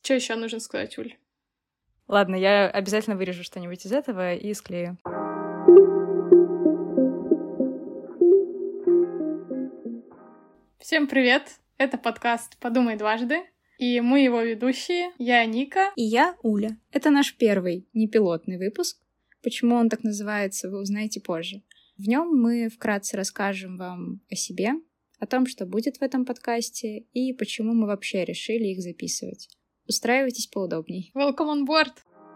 Что еще нужно сказать, Уль? Ладно, я обязательно вырежу что-нибудь из этого и склею. Всем привет! Это подкаст «Подумай дважды». И мы его ведущие. Я Ника. И я Уля. Это наш первый непилотный выпуск. Почему он так называется, вы узнаете позже. В нем мы вкратце расскажем вам о себе, о том, что будет в этом подкасте, и почему мы вообще решили их записывать. Устраивайтесь поудобней. Welcome on board!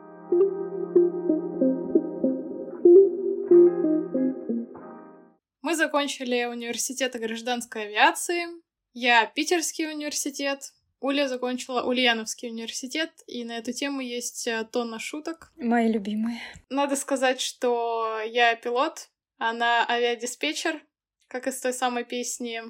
Мы закончили университет гражданской авиации. Я Питерский университет. Уля закончила Ульяновский университет, и на эту тему есть тонна шуток. Мои любимые. Надо сказать, что я пилот, она авиадиспетчер, как из той самой песни.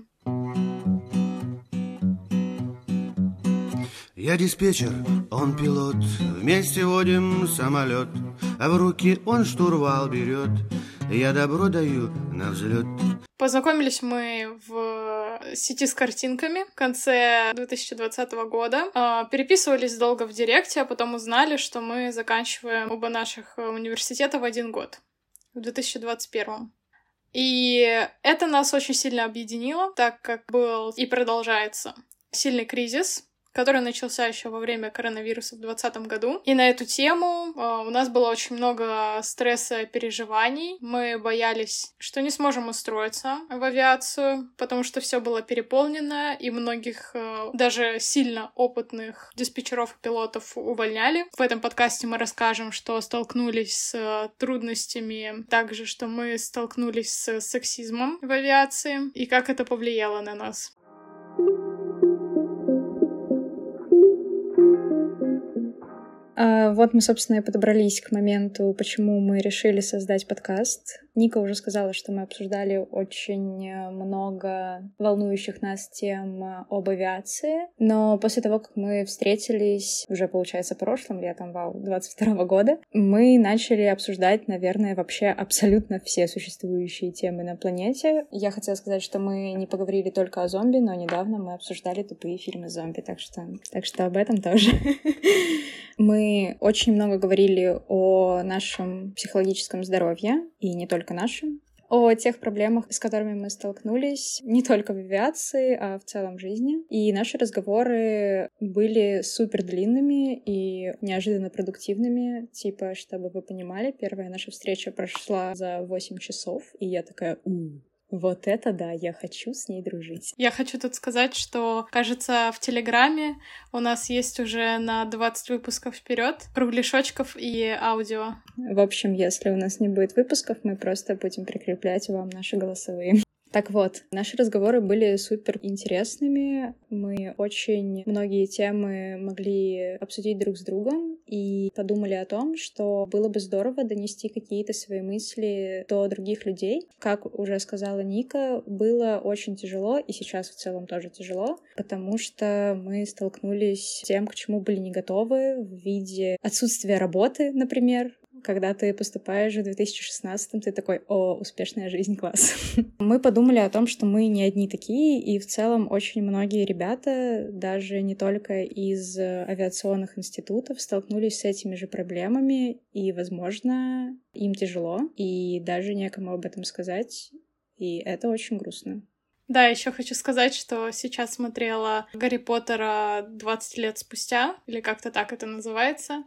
Я диспетчер, он пилот, вместе водим самолет, а в руки он штурвал берет, я добро даю на взлет. Познакомились мы в сети с картинками в конце 2020 года. Переписывались долго в директе, а потом узнали, что мы заканчиваем оба наших университета в один год, в 2021. И это нас очень сильно объединило, так как был и продолжается сильный кризис, который начался еще во время коронавируса в 2020 году. И на эту тему у нас было очень много стресса и переживаний. Мы боялись, что не сможем устроиться в авиацию, потому что все было переполнено, и многих даже сильно опытных диспетчеров и пилотов увольняли. В этом подкасте мы расскажем, что столкнулись с трудностями, также, что мы столкнулись с сексизмом в авиации, и как это повлияло на нас. Вот мы, собственно, и подобрались к моменту, почему мы решили создать подкаст. Ника уже сказала, что мы обсуждали очень много волнующих нас тем об авиации, но после того, как мы встретились уже, получается, прошлым летом, 22 года, мы начали обсуждать, наверное, вообще абсолютно все существующие темы на планете. Я хотела сказать, что мы не поговорили только о зомби, но недавно мы обсуждали тупые фильмы зомби, так что об этом тоже. Мы очень много говорили о нашем психологическом здоровье, и не только нашем, о тех проблемах, с которыми мы столкнулись не только в авиации, а в целом в жизни. И наши разговоры были супер длинными и неожиданно продуктивными. Типа, чтобы вы понимали, первая наша встреча прошла за 8 часов, и я такая: вот это да, я хочу с ней дружить. Я хочу тут сказать, что, кажется, в Телеграме у нас есть уже на 20 выпусков вперед кругляшочков и аудио. В общем, если у нас не будет выпусков, мы просто будем прикреплять вам наши голосовые. Так вот, наши разговоры были супер интересными. Мы очень многие темы могли обсудить друг с другом и подумали о том, что было бы здорово донести какие-то свои мысли до других людей. Как уже сказала Ника, было очень тяжело, и сейчас в целом тоже тяжело, потому что мы столкнулись с тем, к чему были не готовы, в виде отсутствия работы, например. Когда ты поступаешь в 2016-м, ты такой: о, успешная жизнь, класс. Мы подумали о том, что мы не одни такие, и в целом очень многие ребята, даже не только из авиационных институтов, столкнулись с этими же проблемами, и, возможно, им тяжело, и даже некому об этом сказать, и это очень грустно. Да, еще хочу сказать, что сейчас смотрела «Гарри Поттера» 20 лет спустя, или как-то так это называется.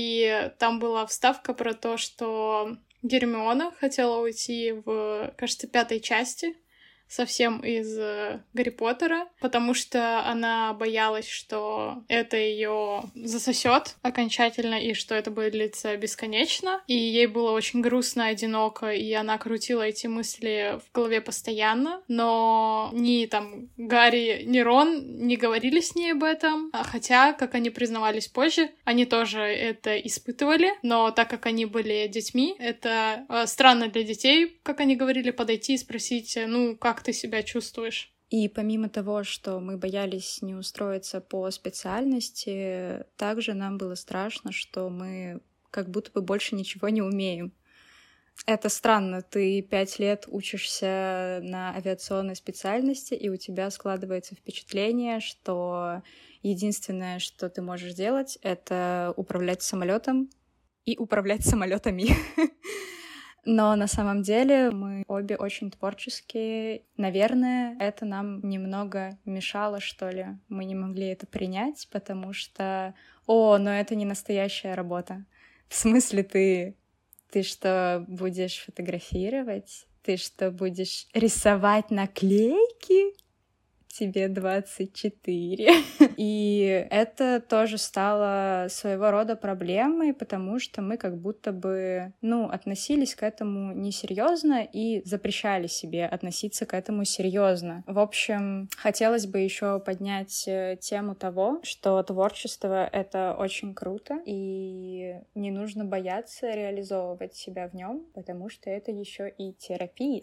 И там была вставка про то, что Гермиона хотела уйти в, кажется, 5-й части совсем из Гарри Поттера, потому что она боялась, что это ее засосет окончательно и что это будет длиться бесконечно. И ей было очень грустно, одиноко, и она крутила эти мысли в голове постоянно. Но ни там Гарри, ни Рон не говорили с ней об этом. Хотя, как они признавались позже, они тоже это испытывали. Но так как они были детьми, это странно для детей, как они говорили, подойти и спросить: ну, как ты себя чувствуешь? И помимо того, что мы боялись не устроиться по специальности, также нам было страшно, что мы как будто бы больше ничего не умеем. Это странно, ты 5 лет учишься на авиационной специальности, и у тебя складывается впечатление, что единственное, что ты можешь делать, это управлять самолетом и управлять самолетами. Но на самом деле мы обе очень творческие. Наверное, это нам немного мешало, что ли. Мы не могли это принять, потому что, но это не настоящая работа. В смысле, ты что, будешь фотографировать? Ты что, будешь рисовать наклейки? Тебе 24. И это тоже стало своего рода проблемой, потому что мы как будто бы, относились к этому несерьезно и запрещали себе относиться к этому серьезно. В общем, хотелось бы еще поднять тему того, что творчество — это очень круто, и не нужно бояться реализовывать себя в нем, потому что это еще и терапия.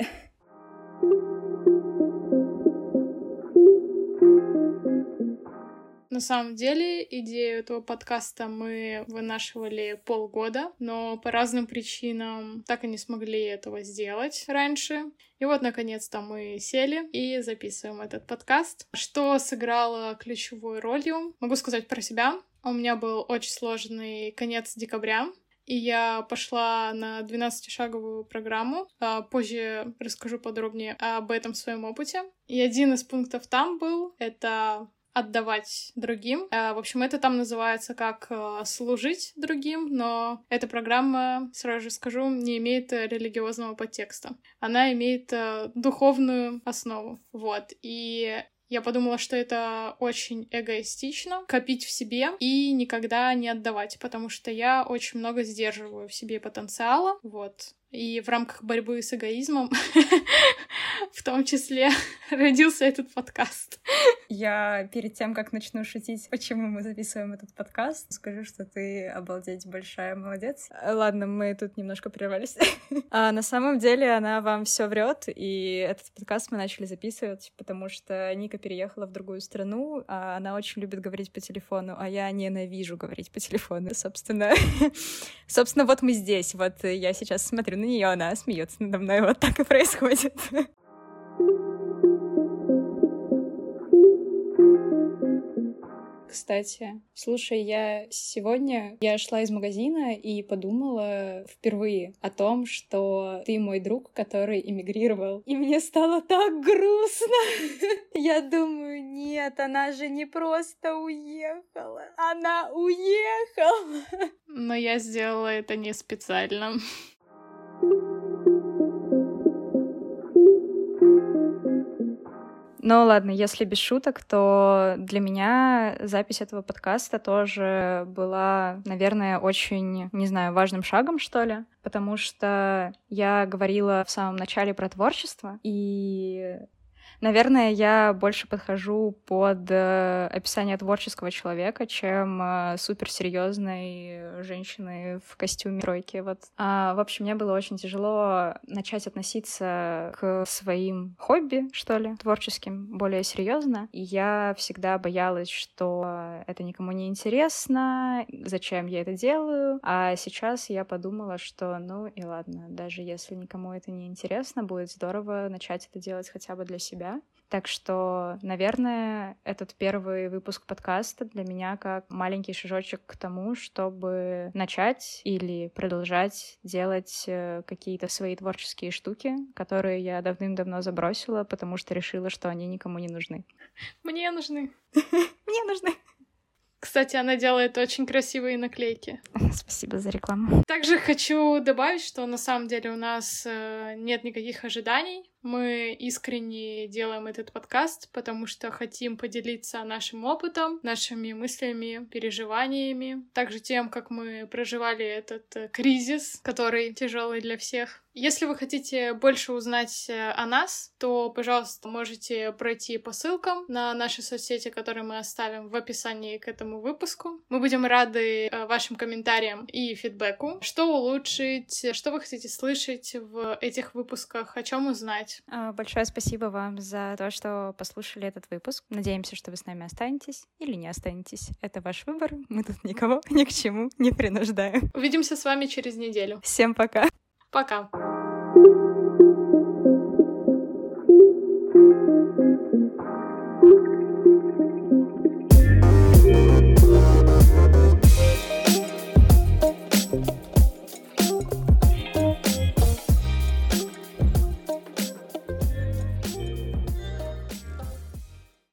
На самом деле, идею этого подкаста мы вынашивали полгода, но по разным причинам так и не смогли этого сделать раньше. И вот, наконец-то, мы сели и записываем этот подкаст. Что сыграло ключевой ролью? Могу сказать про себя. У меня был очень сложный конец декабря, и я пошла на 12-шаговую программу. Позже расскажу подробнее об этом своем опыте. И один из пунктов там был — это отдавать другим. В общем, это там называется как служить другим, но эта программа, сразу же скажу, не имеет религиозного подтекста. Она имеет духовную основу. Вот. И я подумала, что это очень эгоистично — копить в себе и никогда не отдавать, потому что я очень много сдерживаю в себе потенциала, вот. И в рамках борьбы с эгоизмом в том числе родился этот подкаст. Я перед тем, как начну шутить, почему мы записываем этот подкаст, скажу, что ты обалдеть большая молодец. Ладно, мы тут немножко прервались. А на самом деле она вам все врет, и этот подкаст мы начали записывать, потому что Ника переехала в другую страну, а она очень любит говорить по телефону, а я ненавижу говорить по телефону. Собственно, вот мы здесь. Вот я сейчас смотрю на нее, она смеется надо мной. Вот так и происходит. Кстати, слушай, я шла из магазина и подумала впервые о том, что ты мой друг, который эмигрировал. И мне стало так грустно. Я думаю, нет, она же не просто уехала. Она уехала. Но я сделала это не специально. Ну ладно, если без шуток, то для меня запись этого подкаста тоже была, наверное, очень, не знаю, важным шагом, что ли, потому что я говорила в самом начале про творчество, и, наверное, я больше подхожу под описание творческого человека, чем суперсерьезной женщины в костюме тройки. Вот. В общем, мне было очень тяжело начать относиться к своим хобби, что ли, творческим, более серьезно. И я всегда боялась, что это никому не интересно, зачем я это делаю. А сейчас я подумала, что ну и ладно, даже если никому это не интересно, будет здорово начать это делать хотя бы для себя. Так что, наверное, этот первый выпуск подкаста для меня как маленький шажочек к тому, чтобы начать или продолжать делать какие-то свои творческие штуки, которые я давным-давно забросила, потому что решила, что они никому не нужны. Мне нужны. Мне нужны. Кстати, она делает очень красивые наклейки. Спасибо за рекламу. Также хочу добавить, что на самом деле у нас нет никаких ожиданий. Мы искренне делаем этот подкаст, потому что хотим поделиться нашим опытом, нашими мыслями, переживаниями, также тем, как мы проживали этот кризис, который тяжелый для всех. Если вы хотите больше узнать о нас, то, пожалуйста, можете пройти по ссылкам на наши соцсети, которые мы оставим в описании к этому выпуску. Мы будем рады вашим комментариям и фидбэку. Что улучшить, что вы хотите слышать в этих выпусках, о чем узнать. Большое спасибо вам за то, что послушали этот выпуск. Надеемся, что вы с нами останетесь или не останетесь. Это ваш выбор. Мы тут никого ни к чему не принуждаем. Увидимся с вами через неделю. Всем пока. Пока.